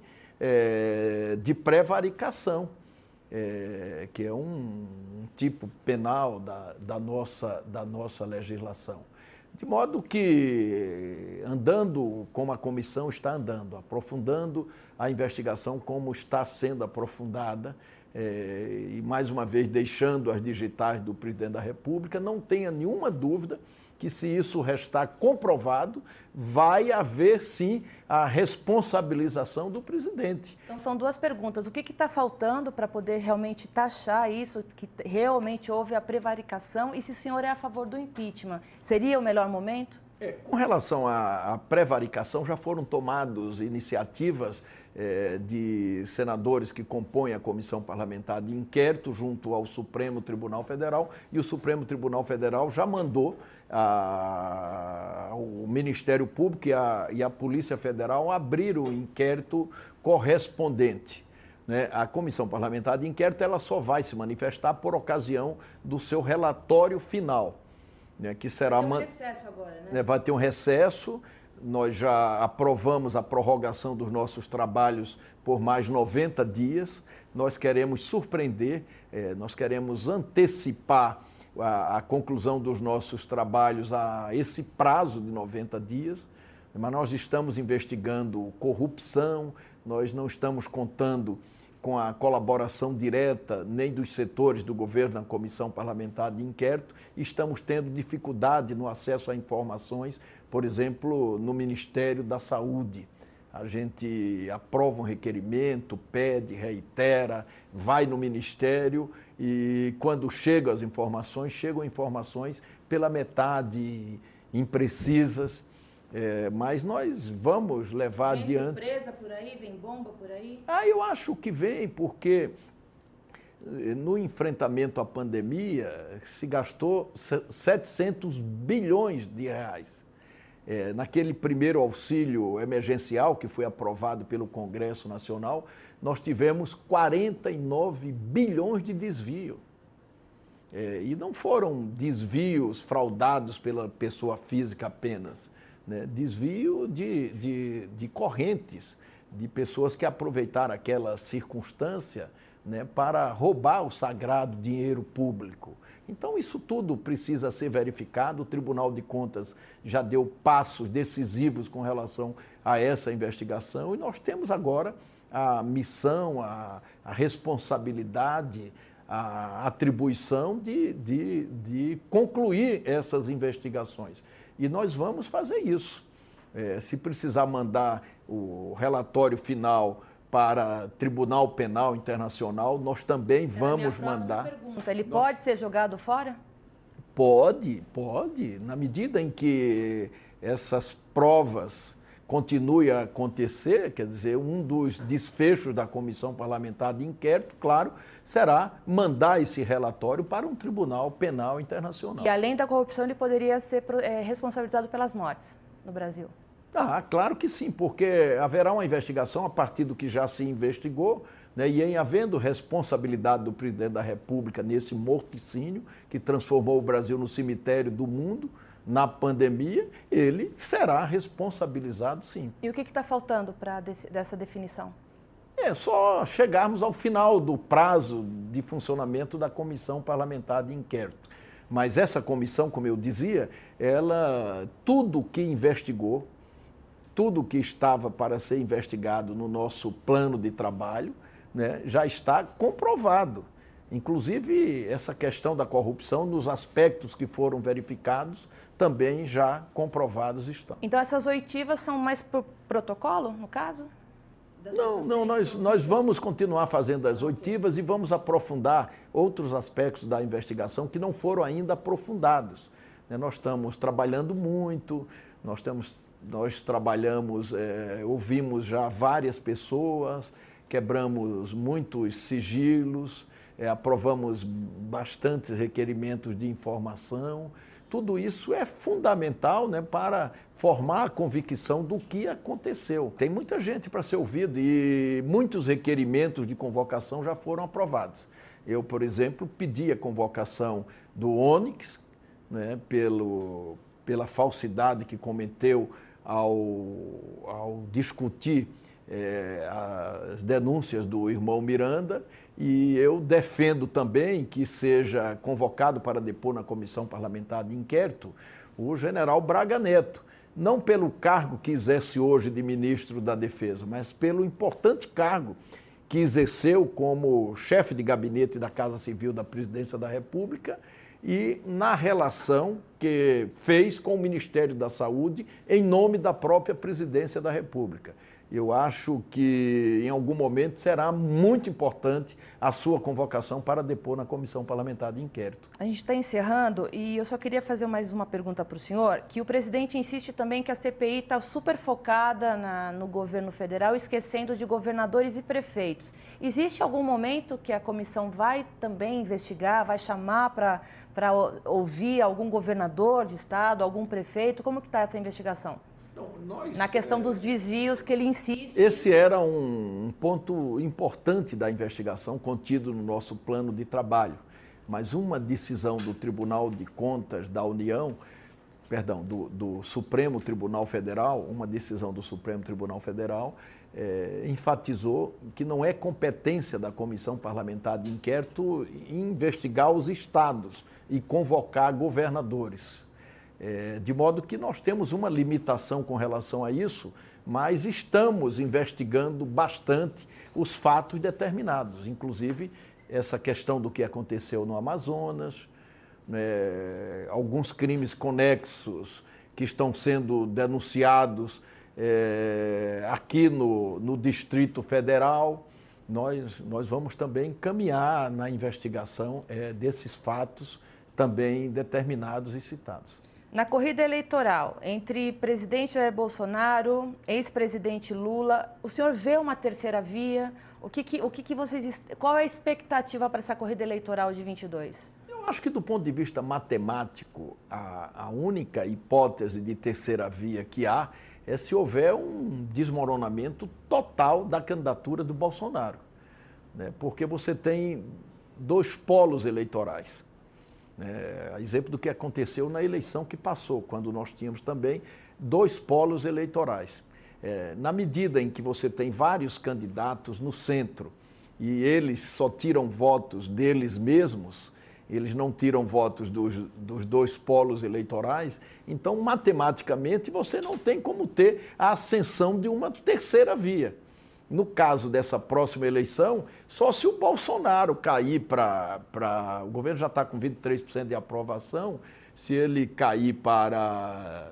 de prevaricação, que é um tipo penal da nossa legislação. De modo que, andando como a comissão está andando, aprofundando a investigação como está sendo aprofundada, e mais uma vez deixando as digitais do presidente da República, não tenha nenhuma dúvida que, se isso restar comprovado, vai haver sim a responsabilização do presidente. Então são duas perguntas. O que está faltando para poder realmente taxar isso, que realmente houve a prevaricação, e se o senhor é a favor do impeachment? Seria o melhor momento? Com relação à prevaricação, já foram tomadas iniciativas de senadores que compõem a Comissão Parlamentar de Inquérito junto ao Supremo Tribunal Federal, e o Supremo Tribunal Federal já mandou o Ministério Público e a Polícia Federal abrir o inquérito correspondente, né? A Comissão Parlamentar de Inquérito ela só vai se manifestar por ocasião do seu relatório final, né, que será... Vai ter um recesso agora, né? Vai ter um recesso. Nós já aprovamos a prorrogação dos nossos trabalhos por mais 90 dias. Nós queremos surpreender, nós queremos antecipar a conclusão dos nossos trabalhos a esse prazo de 90 dias. Mas nós estamos investigando corrupção, nós não estamos contando com a colaboração direta nem dos setores do governo na Comissão Parlamentar de Inquérito. Estamos tendo dificuldade no acesso a informações, por exemplo, no Ministério da Saúde. A gente aprova um requerimento, pede, reitera, vai no Ministério e quando chegam informações pela metade imprecisas, mas nós vamos levar adiante. Vem surpresa por aí? Vem bomba por aí? Eu acho que vem, porque no enfrentamento à pandemia se gastou 700 bilhões de reais. Naquele primeiro auxílio emergencial que foi aprovado pelo Congresso Nacional, nós tivemos 49 bilhões de desvio. E não foram desvios fraudados pela pessoa física apenas, né? Desvio de correntes, de pessoas que aproveitaram aquela circunstância, né, para roubar o sagrado dinheiro público. Então, isso tudo precisa ser verificado. O Tribunal de Contas já deu passos decisivos com relação a essa investigação e nós temos agora a missão, a responsabilidade, a atribuição de concluir essas investigações. E nós vamos fazer isso. Se precisar mandar o relatório final para Tribunal Penal Internacional, nós também vamos mandar. Pergunta, ele pode ser jogado fora? Pode. Na medida em que essas provas continuem a acontecer, quer dizer, um dos desfechos da Comissão Parlamentar de Inquérito, claro, será mandar esse relatório para um Tribunal Penal Internacional. E além da corrupção, ele poderia ser responsabilizado pelas mortes no Brasil? Claro que sim, porque haverá uma investigação a partir do que já se investigou, né, e em havendo responsabilidade do presidente da República nesse morticínio que transformou o Brasil no cemitério do mundo, na pandemia, ele será responsabilizado sim. E o que está faltando para dessa definição? É só chegarmos ao final do prazo de funcionamento da Comissão Parlamentar de Inquérito. Mas essa comissão, como eu dizia, tudo que investigou, tudo que estava para ser investigado no nosso plano de trabalho, né, já está comprovado. Inclusive, essa questão da corrupção, nos aspectos que foram verificados, também já comprovados estão. Então, essas oitivas são mais por protocolo, no caso? Não, nós vamos continuar fazendo as oitivas e vamos aprofundar outros aspectos da investigação que não foram ainda aprofundados. Nós estamos trabalhando muito, nós trabalhamos, ouvimos já várias pessoas, quebramos muitos sigilos, aprovamos bastantes requerimentos de informação. Tudo isso é fundamental, né, para formar a convicção do que aconteceu. Tem muita gente para ser ouvido e muitos requerimentos de convocação já foram aprovados. Eu, por exemplo, pedi a convocação do Onyx, né, pela falsidade que cometeu ao discutir as denúncias do irmão Miranda, e eu defendo também que seja convocado para depor na Comissão Parlamentar de Inquérito o general Braga Neto, não pelo cargo que exerce hoje de ministro da Defesa, mas pelo importante cargo que exerceu como chefe de gabinete da Casa Civil da Presidência da República e na relação que fez com o Ministério da Saúde em nome da própria Presidência da República. Eu acho que, em algum momento, será muito importante a sua convocação para depor na Comissão Parlamentar de Inquérito. A gente está encerrando e eu só queria fazer mais uma pergunta para o senhor, que o presidente insiste também que a CPI está super focada no governo federal, esquecendo de governadores e prefeitos. Existe algum momento que a comissão vai também investigar, vai chamar para ouvir algum governador de estado, algum prefeito? Como que está essa investigação? Na questão dos desvios que ele insiste. Esse era um ponto importante da investigação contido no nosso plano de trabalho. Mas uma decisão do Tribunal de Contas da União, do Supremo Tribunal Federal, uma decisão do Supremo Tribunal Federal, enfatizou que não é competência da Comissão Parlamentar de Inquérito investigar os estados e convocar governadores. De modo que nós temos uma limitação com relação a isso, mas estamos investigando bastante os fatos determinados, inclusive essa questão do que aconteceu no Amazonas, alguns crimes conexos que estão sendo denunciados aqui no Distrito Federal. nós vamos também caminhar na investigação desses fatos também determinados e citados. Na corrida eleitoral entre presidente Jair Bolsonaro, ex-presidente Lula, o senhor vê uma terceira via? Qual é a expectativa para essa corrida eleitoral de 22? Eu acho que do ponto de vista matemático, a única hipótese de terceira via que há é se houver um desmoronamento total da candidatura do Bolsonaro, né? Porque você tem dois polos eleitorais. Exemplo do que aconteceu na eleição que passou, quando nós tínhamos também dois polos eleitorais. Na medida em que você tem vários candidatos no centro e eles só tiram votos deles mesmos, eles não tiram votos dos dois polos eleitorais, então matematicamente você não tem como ter a ascensão de uma terceira via. No caso dessa próxima eleição, só se o Bolsonaro cair para... O governo já está com 23% de aprovação, se ele cair para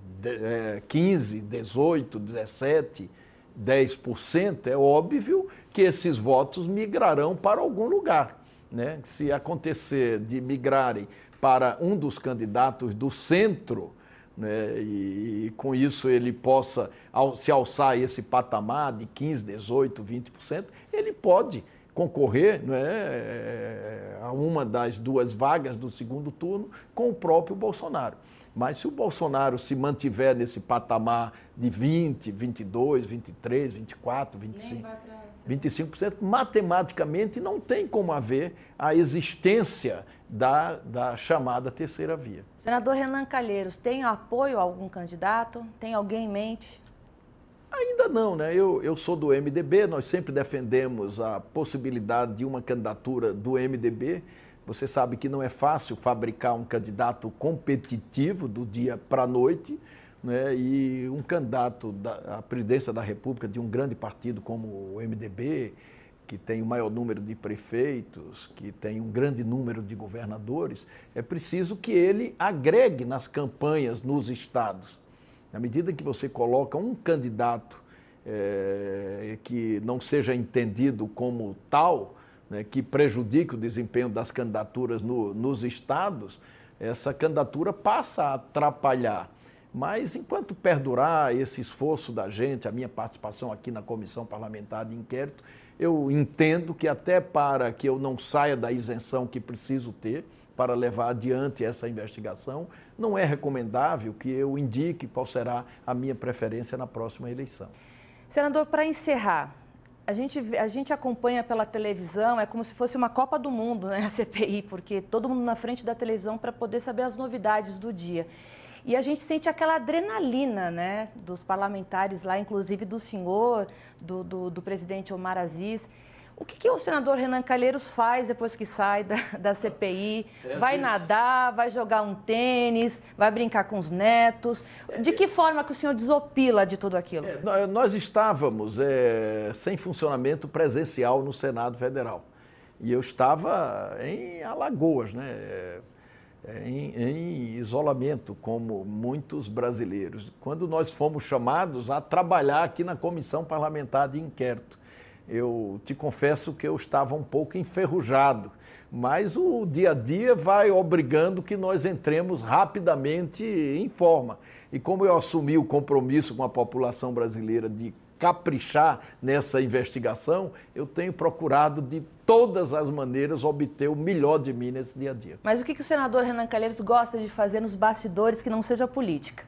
15%, 18%, 17%, 10%, é óbvio que esses votos migrarão para algum lugar, né? Se acontecer de migrarem para um dos candidatos do centro, né, e com isso ele possa se alçar esse patamar de 15%, 18%, 20%, ele pode concorrer, né, a uma das duas vagas do segundo turno com o próprio Bolsonaro. Mas se o Bolsonaro se mantiver nesse patamar de 20%, 22%, 23%, 24%, 25%, 25%, matematicamente não tem como haver a existência da chamada terceira via. Senador Renan Calheiros, tem apoio a algum candidato? Tem alguém em mente? Ainda não, né? Eu sou do MDB, nós sempre defendemos a possibilidade de uma candidatura do MDB. Você sabe que não é fácil fabricar um candidato competitivo do dia para a noite, né? E um candidato à presidência da República de um grande partido como o MDB, que tem o maior número de prefeitos, que tem um grande número de governadores, é preciso que ele agregue nas campanhas nos estados. Na medida em que você coloca um candidato que não seja entendido como tal, né, que prejudique o desempenho das candidaturas nos estados, essa candidatura passa a atrapalhar. Mas, enquanto perdurar esse esforço da gente, a minha participação aqui na Comissão Parlamentar de Inquérito, eu entendo que até para que eu não saia da isenção que preciso ter para levar adiante essa investigação, não é recomendável que eu indique qual será a minha preferência na próxima eleição. Senador, para encerrar, a gente acompanha pela televisão, é como se fosse uma Copa do Mundo, né, a CPI, porque todo mundo na frente da televisão para poder saber as novidades do dia. E a gente sente aquela adrenalina, né, dos parlamentares lá, inclusive do senhor, do presidente Omar Aziz. O que o senador Renan Calheiros faz depois que sai da CPI? Vai nadar, vai jogar um tênis, vai brincar com os netos? De que forma que o senhor desopila de tudo aquilo? Nós estávamos sem funcionamento presencial no Senado Federal. E eu estava em Alagoas, né? Em isolamento, como muitos brasileiros. Quando nós fomos chamados a trabalhar aqui na Comissão Parlamentar de Inquérito, eu te confesso que eu estava um pouco enferrujado, mas o dia a dia vai obrigando que nós entremos rapidamente em forma. E como eu assumi o compromisso com a população brasileira de caprichar nessa investigação, eu tenho procurado de todas as maneiras obter o melhor de mim nesse dia a dia. Mas o que o senador Renan Calheiros gosta de fazer nos bastidores que não seja política?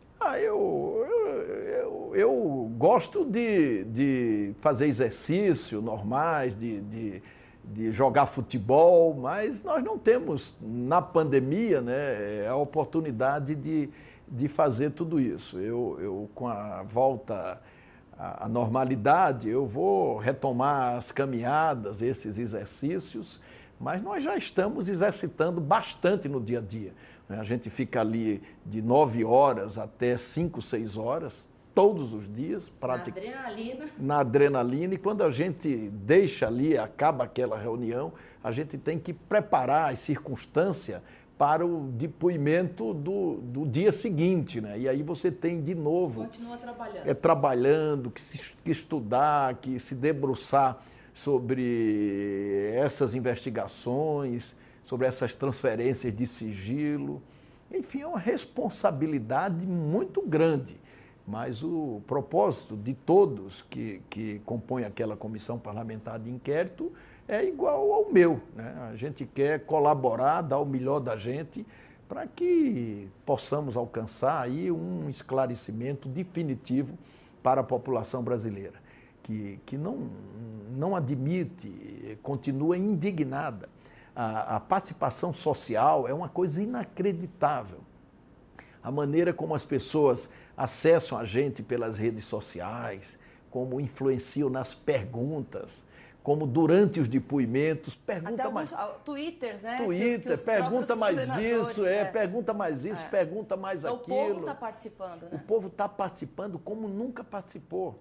Eu gosto de fazer exercício normais, de jogar futebol, mas nós não temos, na pandemia, né, a oportunidade de fazer tudo isso. Eu com a volta à normalidade, eu vou retomar as caminhadas, esses exercícios, mas nós já estamos exercitando bastante no dia a dia. A gente fica ali de 9 horas até 5, 6 horas, todos os dias. Na adrenalina. E quando a gente deixa ali, acaba aquela reunião, a gente tem que preparar as circunstâncias para o depoimento do dia seguinte, né? E aí você tem de novo... Continua trabalhando. Trabalhando, que estudar, que se debruçar sobre essas investigações, sobre essas transferências de sigilo. Enfim, é uma responsabilidade muito grande. Mas o propósito de todos que compõem aquela comissão parlamentar de inquérito é igual ao meu, né? A gente quer colaborar, dar o melhor da gente para que possamos alcançar aí um esclarecimento definitivo para a população brasileira, que não admite, continua indignada. A participação social é uma coisa inacreditável. A maneira como as pessoas acessam a gente pelas redes sociais, como influenciam nas perguntas, como durante os depoimentos, pergunta mais... Twitter, né? Twitter, pergunta mais isso, pergunta mais isso, pergunta mais então, aquilo. O povo está participando, né? O povo está participando como nunca participou.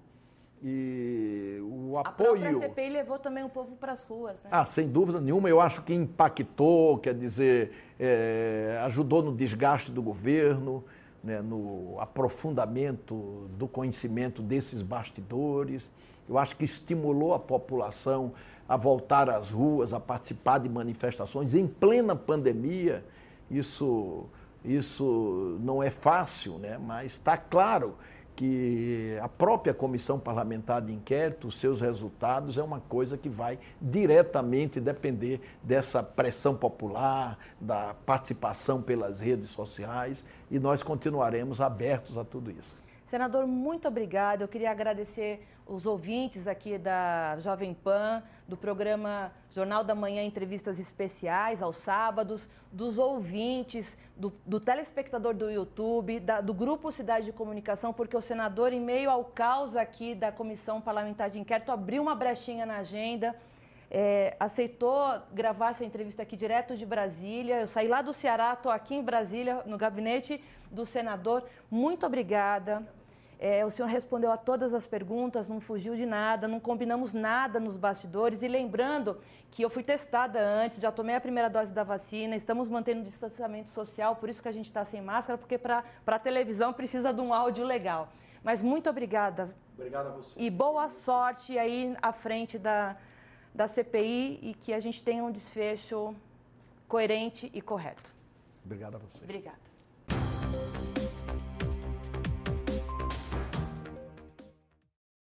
E o apoio... A própria CPI levou também o povo para as ruas, né? Ah, sem dúvida nenhuma. Eu acho que impactou, quer dizer, ajudou no desgaste do governo, né, no aprofundamento do conhecimento desses bastidores. Eu acho que estimulou a população a voltar às ruas, a participar de manifestações em plena pandemia. Isso não é fácil, né? Mas está claro que a própria Comissão Parlamentar de Inquérito, os seus resultados, é uma coisa que vai diretamente depender dessa pressão popular, da participação pelas redes sociais, e nós continuaremos abertos a tudo isso. Senador, muito obrigada. Eu queria agradecer os ouvintes aqui da Jovem Pan, do programa Jornal da Manhã, entrevistas especiais aos sábados, dos ouvintes, do telespectador do YouTube, do Grupo Cidade de Comunicação, porque o senador, em meio ao caos aqui da Comissão Parlamentar de Inquérito, abriu uma brechinha na agenda, aceitou gravar essa entrevista aqui direto de Brasília. Eu saí lá do Ceará, estou aqui em Brasília, no gabinete do senador. Muito obrigada. O senhor respondeu a todas as perguntas, não fugiu de nada, não combinamos nada nos bastidores. E lembrando que eu fui testada antes, já tomei a primeira dose da vacina, estamos mantendo o distanciamento social, por isso que a gente está sem máscara, porque para a televisão precisa de um áudio legal. Mas muito obrigada. Obrigado a você. E boa sorte aí à frente da CPI e que a gente tenha um desfecho coerente e correto. Obrigado a você. Obrigada.